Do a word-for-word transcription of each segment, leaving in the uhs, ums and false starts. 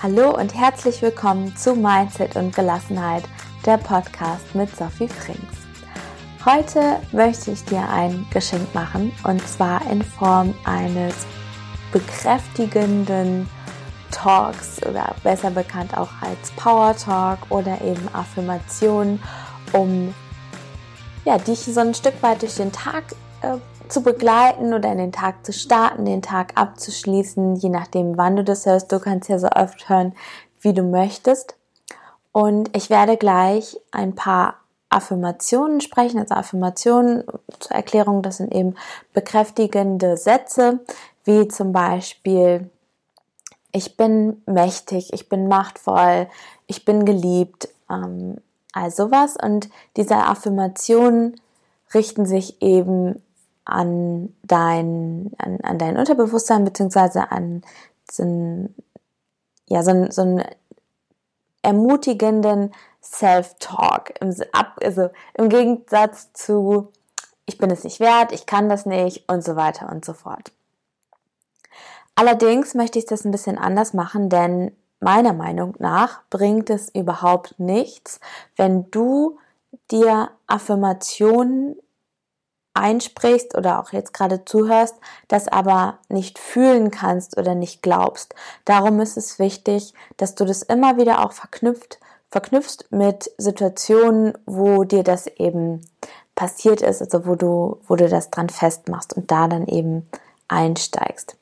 Hallo und herzlich willkommen zu Mindset und Gelassenheit, der Podcast mit Sophie Frings. Heute möchte ich dir ein Geschenk machen und zwar in Form eines bekräftigenden Talks oder besser bekannt auch als Power Talk oder eben Affirmationen, um ja, dich so ein Stück weit durch den Tag äh, zu begleiten oder in den Tag zu starten, den Tag abzuschließen, je nachdem, wann du das hörst. Du kannst ja so oft hören, wie du möchtest. Und ich werde gleich ein paar Affirmationen sprechen. Also Affirmationen zur Erklärung, das sind eben bekräftigende Sätze, wie zum Beispiel: Ich bin mächtig, ich bin machtvoll, ich bin geliebt, ähm, all sowas. Und diese Affirmationen richten sich eben an dein, an, an dein Unterbewusstsein, beziehungsweise an so einen, ja, so einen, so einen ermutigenden Self-Talk, im, also im Gegensatz zu ich bin es nicht wert, ich kann das nicht und so weiter und so fort. Allerdings möchte ich das ein bisschen anders machen, denn meiner Meinung nach bringt es überhaupt nichts, wenn du dir Affirmationen einsprichst oder auch jetzt gerade zuhörst, das aber nicht fühlen kannst oder nicht glaubst. Darum ist es wichtig, dass du das immer wieder auch verknüpft, verknüpfst mit Situationen, wo dir das eben passiert ist, also wo du, wo du das dran festmachst und da dann eben einsteigst.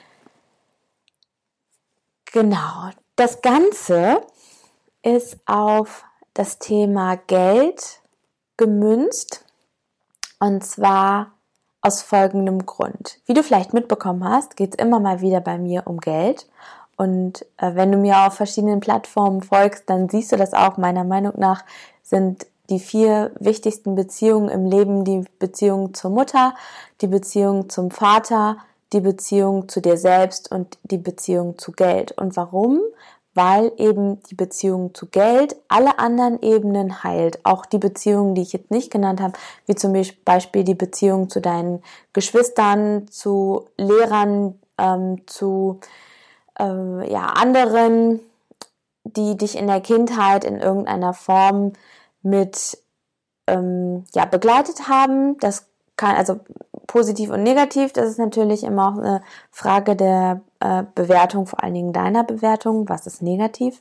Genau. Das Ganze ist auf das Thema Geld gemünzt. Und zwar aus folgendem Grund. Wie du vielleicht mitbekommen hast, geht es immer mal wieder bei mir um Geld. Und äh, wenn du mir auf verschiedenen Plattformen folgst, dann siehst du das auch. Meiner Meinung nach sind die vier wichtigsten Beziehungen im Leben die Beziehung zur Mutter, die Beziehung zum Vater, die Beziehung zu dir selbst und die Beziehung zu Geld. Und warum? Weil eben die Beziehung zu Geld alle anderen Ebenen heilt. Auch die Beziehungen, die ich jetzt nicht genannt habe, wie zum Beispiel die Beziehung zu deinen Geschwistern, zu Lehrern, ähm, zu äh, ja, anderen, die dich in der Kindheit in irgendeiner Form mit ähm, ja, begleitet haben. Das kann also positiv und negativ, das ist natürlich immer auch eine Frage der äh, Bewertung, vor allen Dingen deiner Bewertung, was ist negativ.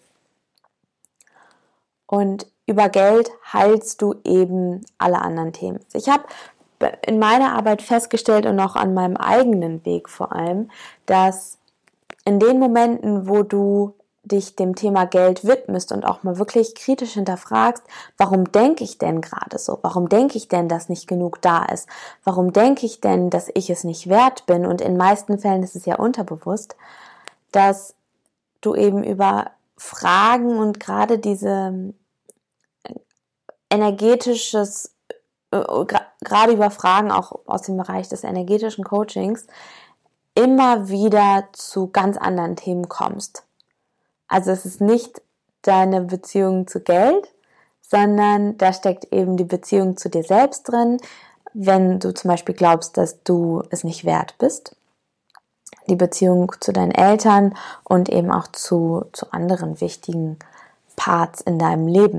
Und über Geld heilst du eben alle anderen Themen. Ich habe in meiner Arbeit festgestellt und auch an meinem eigenen Weg vor allem, dass in den Momenten, wo du dich dem Thema Geld widmest und auch mal wirklich kritisch hinterfragst, warum denke ich denn gerade so? Warum denke ich denn, dass nicht genug da ist? Warum denke ich denn, dass ich es nicht wert bin? Und in meisten Fällen ist es ja unterbewusst, dass du eben über Fragen und gerade diese energetisches, gerade über Fragen auch aus dem Bereich des energetischen Coachings immer wieder zu ganz anderen Themen kommst. Also es ist nicht deine Beziehung zu Geld, sondern da steckt eben die Beziehung zu dir selbst drin, wenn du zum Beispiel glaubst, dass du es nicht wert bist. Die Beziehung zu deinen Eltern und eben auch zu, zu anderen wichtigen Parts in deinem Leben.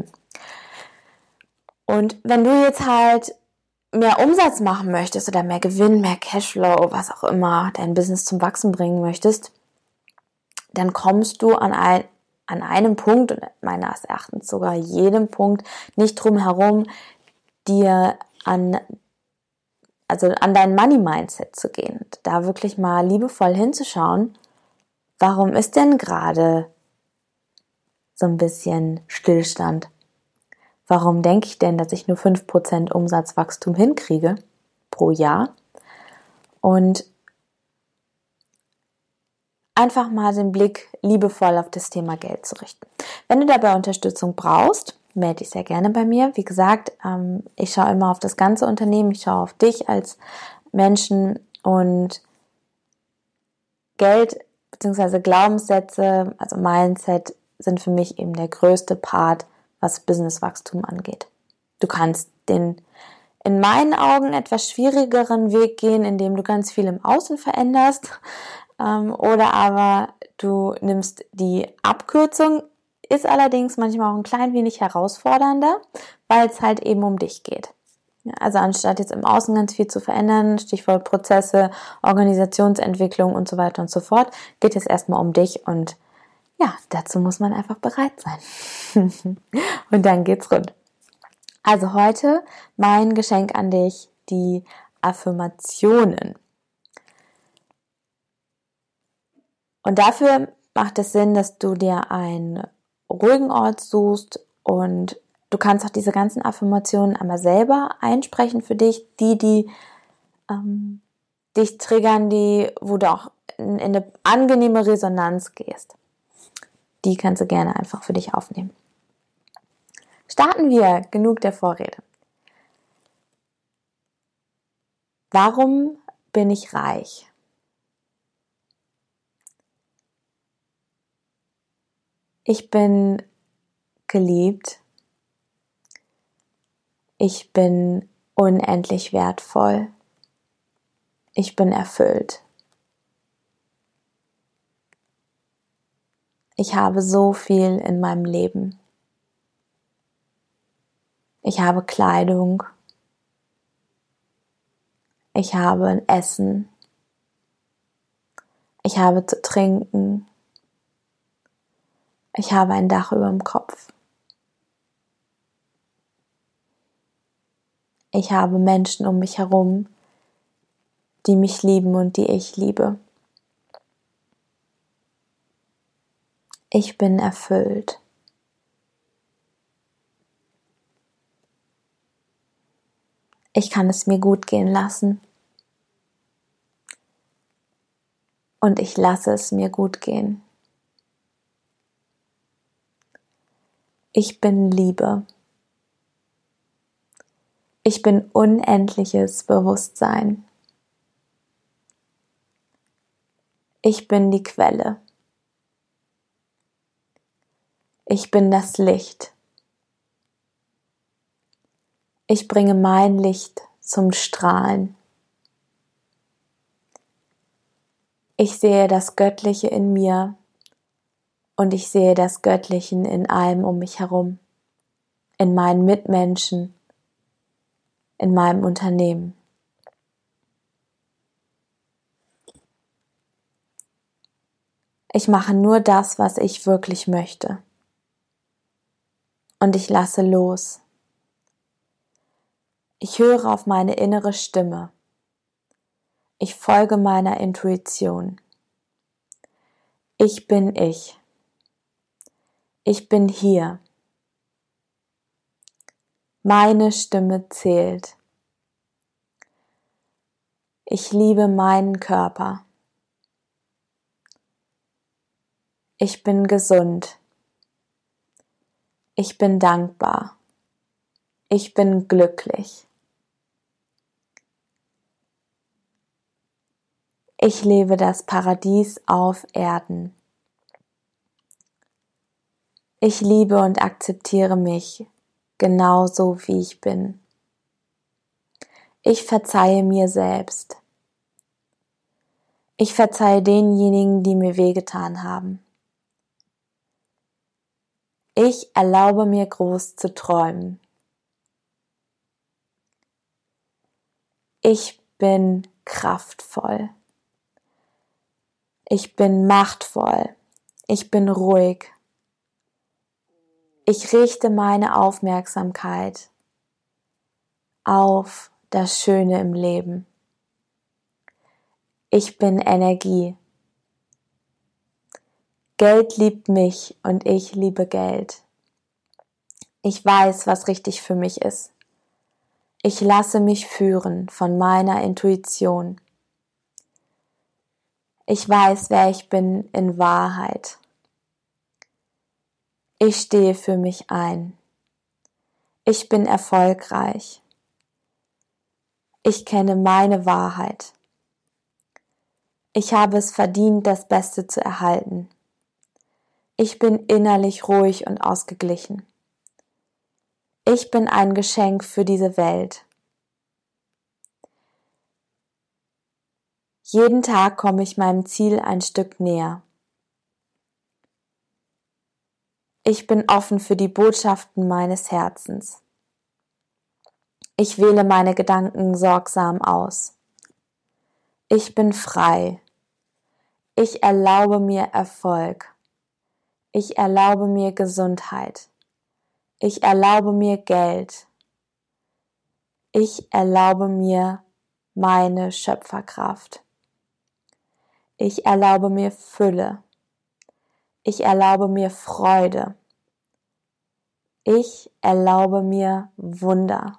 Und wenn du jetzt halt mehr Umsatz machen möchtest oder mehr Gewinn, mehr Cashflow, was auch immer, dein Business zum Wachsen bringen möchtest, dann kommst du an, ein, an einem Punkt, und meines Erachtens sogar jedem Punkt, nicht drum herum, dir an, also an dein Money-Mindset zu gehen. Da wirklich mal liebevoll hinzuschauen, warum ist denn gerade so ein bisschen Stillstand? Warum denke ich denn, dass ich nur fünf Prozent Umsatzwachstum hinkriege pro Jahr? Und einfach mal den Blick liebevoll auf das Thema Geld zu richten. Wenn du dabei Unterstützung brauchst, melde dich sehr gerne bei mir. Wie gesagt, ich schaue immer auf das ganze Unternehmen, ich schaue auf dich als Menschen und Geld bzw. Glaubenssätze, also Mindset, sind für mich eben der größte Part, was Businesswachstum angeht. Du kannst den in meinen Augen etwas schwierigeren Weg gehen, indem du ganz viel im Außen veränderst, ähm, oder aber du nimmst die Abkürzung, ist allerdings manchmal auch ein klein wenig herausfordernder, weil es halt eben um dich geht. Ja, also anstatt jetzt im Außen ganz viel zu verändern, Stichwort Prozesse, Organisationsentwicklung und so weiter und so fort, geht es erstmal um dich und ja, dazu muss man einfach bereit sein. Und dann geht's rund. Also heute mein Geschenk an dich, die Affirmationen. Und dafür macht es Sinn, dass du dir einen ruhigen Ort suchst und du kannst auch diese ganzen Affirmationen einmal selber einsprechen für dich, die, die ähm, dich triggern, die, wo du auch in, in eine angenehme Resonanz gehst. Die kannst du gerne einfach für dich aufnehmen. Starten wir, genug der Vorrede. Warum bin ich reich? Ich bin geliebt. Ich bin unendlich wertvoll. Ich bin erfüllt. Ich habe so viel in meinem Leben. Ich habe Kleidung. Ich habe ein Essen. Ich habe zu trinken. Ich habe ein Dach über dem Kopf. Ich habe Menschen um mich herum, die mich lieben und die ich liebe. Ich bin erfüllt. Ich kann es mir gut gehen lassen. Und ich lasse es mir gut gehen. Ich bin Liebe. Ich bin unendliches Bewusstsein. Ich bin die Quelle. Ich bin das Licht. Ich bringe mein Licht zum Strahlen. Ich sehe das Göttliche in mir und ich sehe das Göttliche in allem um mich herum, in meinen Mitmenschen, in meinem Unternehmen. Ich mache nur das, was ich wirklich möchte. Und ich lasse los. Ich höre auf meine innere Stimme. Ich folge meiner Intuition. Ich bin ich. Ich bin hier. Meine Stimme zählt. Ich liebe meinen Körper. Ich bin gesund. Ich bin dankbar. Ich bin glücklich. Ich lebe das Paradies auf Erden. Ich liebe und akzeptiere mich genauso, wie ich bin. Ich verzeihe mir selbst. Ich verzeihe denjenigen, die mir wehgetan haben. Ich erlaube mir groß zu träumen. Ich bin kraftvoll. Ich bin machtvoll. Ich bin ruhig. Ich richte meine Aufmerksamkeit auf das Schöne im Leben. Ich bin Energie. Geld liebt mich und ich liebe Geld. Ich weiß, was richtig für mich ist. Ich lasse mich führen von meiner Intuition. Ich weiß, wer ich bin in Wahrheit. Ich stehe für mich ein. Ich bin erfolgreich. Ich kenne meine Wahrheit. Ich habe es verdient, das Beste zu erhalten. Ich bin innerlich ruhig und ausgeglichen. Ich bin ein Geschenk für diese Welt. Jeden Tag komme ich meinem Ziel ein Stück näher. Ich bin offen für die Botschaften meines Herzens. Ich wähle meine Gedanken sorgsam aus. Ich bin frei. Ich erlaube mir Erfolg. Ich erlaube mir Gesundheit. Ich erlaube mir Geld. Ich erlaube mir meine Schöpferkraft. Ich erlaube mir Fülle. Ich erlaube mir Freude. Ich erlaube mir Wunder.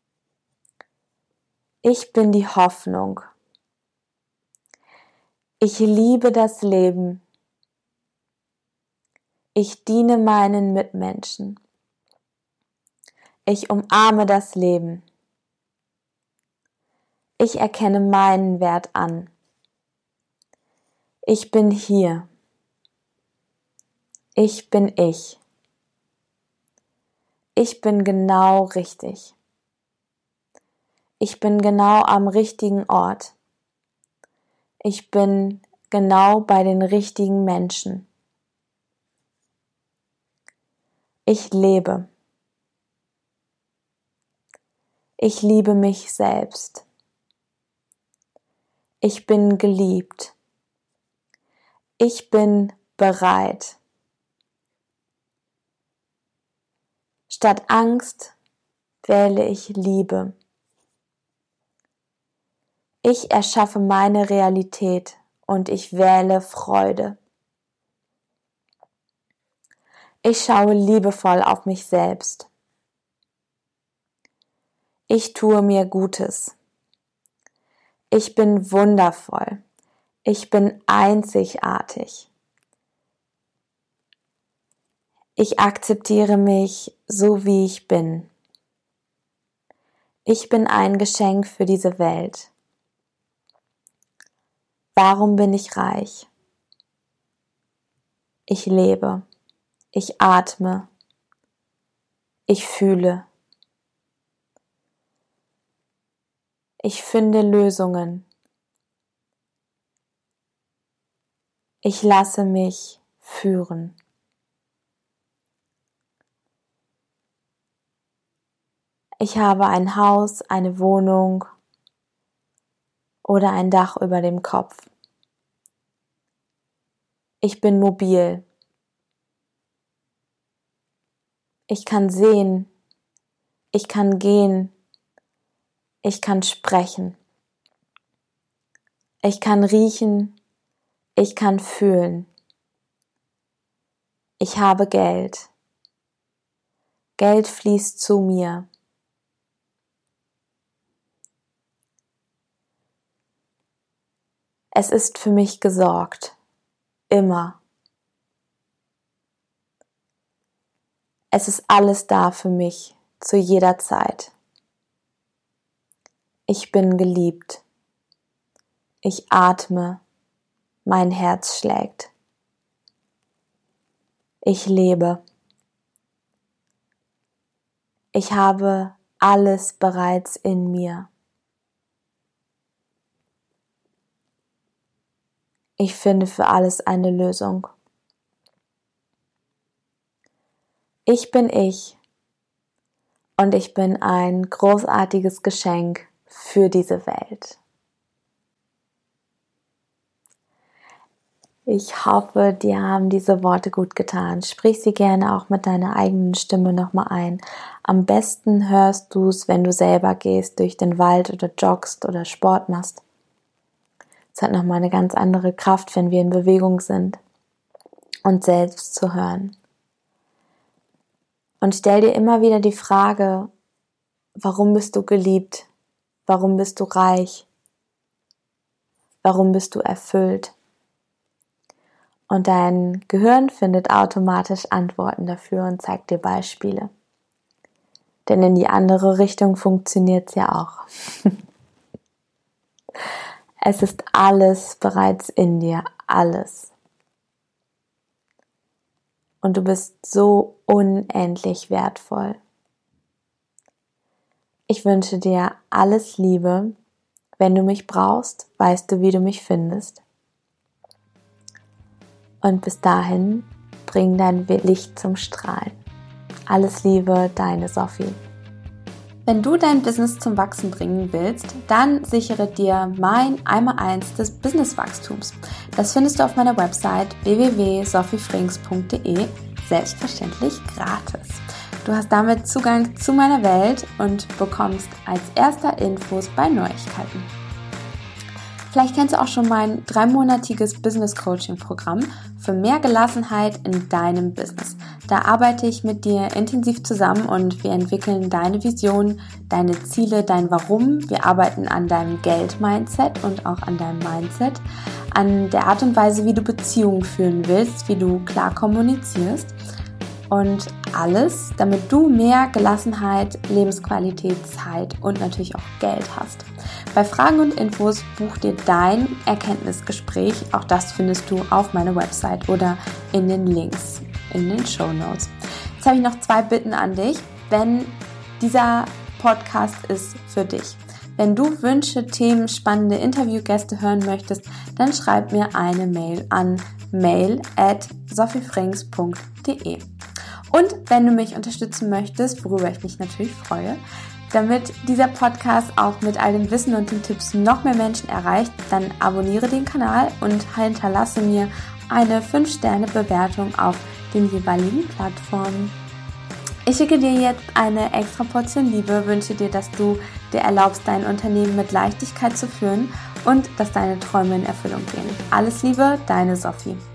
Ich bin die Hoffnung. Ich liebe das Leben. Ich diene meinen Mitmenschen. Ich umarme das Leben. Ich erkenne meinen Wert an. Ich bin hier. Ich bin ich. Ich bin genau richtig. Ich bin genau am richtigen Ort. Ich bin genau bei den richtigen Menschen. Ich lebe. Ich liebe mich selbst. Ich bin geliebt. Ich bin bereit. Statt Angst wähle ich Liebe. Ich erschaffe meine Realität und ich wähle Freude. Ich schaue liebevoll auf mich selbst. Ich tue mir Gutes. Ich bin wundervoll. Ich bin einzigartig. Ich akzeptiere mich so, wie ich bin. Ich bin ein Geschenk für diese Welt. Warum bin ich reich? Ich lebe. Ich atme. Ich fühle. Ich finde Lösungen. Ich lasse mich führen. Ich habe ein Haus, eine Wohnung oder ein Dach über dem Kopf. Ich bin mobil. Ich kann sehen. Ich kann gehen. Ich kann sprechen. Ich kann riechen. Ich kann fühlen. Ich habe Geld. Geld fließt zu mir. Es ist für mich gesorgt. Immer. Es ist alles da für mich, zu jeder Zeit. Ich bin geliebt. Ich atme. Mein Herz schlägt. Ich lebe. Ich habe alles bereits in mir. Ich finde für alles eine Lösung. Ich bin ich und ich bin ein großartiges Geschenk für diese Welt. Ich hoffe, dir haben diese Worte gut getan. Sprich sie gerne auch mit deiner eigenen Stimme nochmal ein. Am besten hörst du es, wenn du selber gehst durch den Wald oder joggst oder Sport machst. Es hat nochmal eine ganz andere Kraft, wenn wir in Bewegung sind und selbst zu hören. Und stell dir immer wieder die Frage, warum bist du geliebt? Warum bist du reich? Warum bist du erfüllt? Und dein Gehirn findet automatisch Antworten dafür und zeigt dir Beispiele. Denn in die andere Richtung funktioniert es ja auch. Es ist alles bereits in dir, alles. Und du bist so unendlich wertvoll. Ich wünsche dir alles Liebe. Wenn du mich brauchst, weißt du, wie du mich findest. Und bis dahin, bring dein Licht zum Strahlen. Alles Liebe, deine Sophie. Wenn du dein Business zum Wachsen bringen willst, dann sichere dir mein Einmaleins des Businesswachstums. Das findest du auf meiner Website w w w punkt sophiefrings punkt d e, selbstverständlich gratis. Du hast damit Zugang zu meiner Welt und bekommst als erster Infos bei Neuigkeiten. Vielleicht kennst du auch schon mein dreimonatiges Business-Coaching-Programm für mehr Gelassenheit in deinem Business. Da arbeite ich mit dir intensiv zusammen und wir entwickeln deine Vision, deine Ziele, dein Warum. Wir arbeiten an deinem Geld-Mindset und auch an deinem Mindset, an der Art und Weise, wie du Beziehungen führen willst, wie du klar kommunizierst. Und alles, damit du mehr Gelassenheit, Lebensqualität, Zeit und natürlich auch Geld hast. Bei Fragen und Infos buch dir dein Erkenntnisgespräch. Auch das findest du auf meiner Website oder in den Links, in den Shownotes. Jetzt habe ich noch zwei Bitten an dich, denn dieser Podcast ist für dich. Wenn du Wünsche, Themen, spannende Interviewgäste hören möchtest, dann schreib mir eine Mail an mail at sophiefrings punkt d e. Und wenn du mich unterstützen möchtest, worüber ich mich natürlich freue, damit dieser Podcast auch mit all dem Wissen und den Tipps noch mehr Menschen erreicht, dann abonniere den Kanal und hinterlasse mir eine fünf Sterne Bewertung auf den jeweiligen Plattformen. Ich schicke dir jetzt eine extra Portion Liebe, wünsche dir, dass du dir erlaubst, dein Unternehmen mit Leichtigkeit zu führen und dass deine Träume in Erfüllung gehen. Alles Liebe, deine Sophie.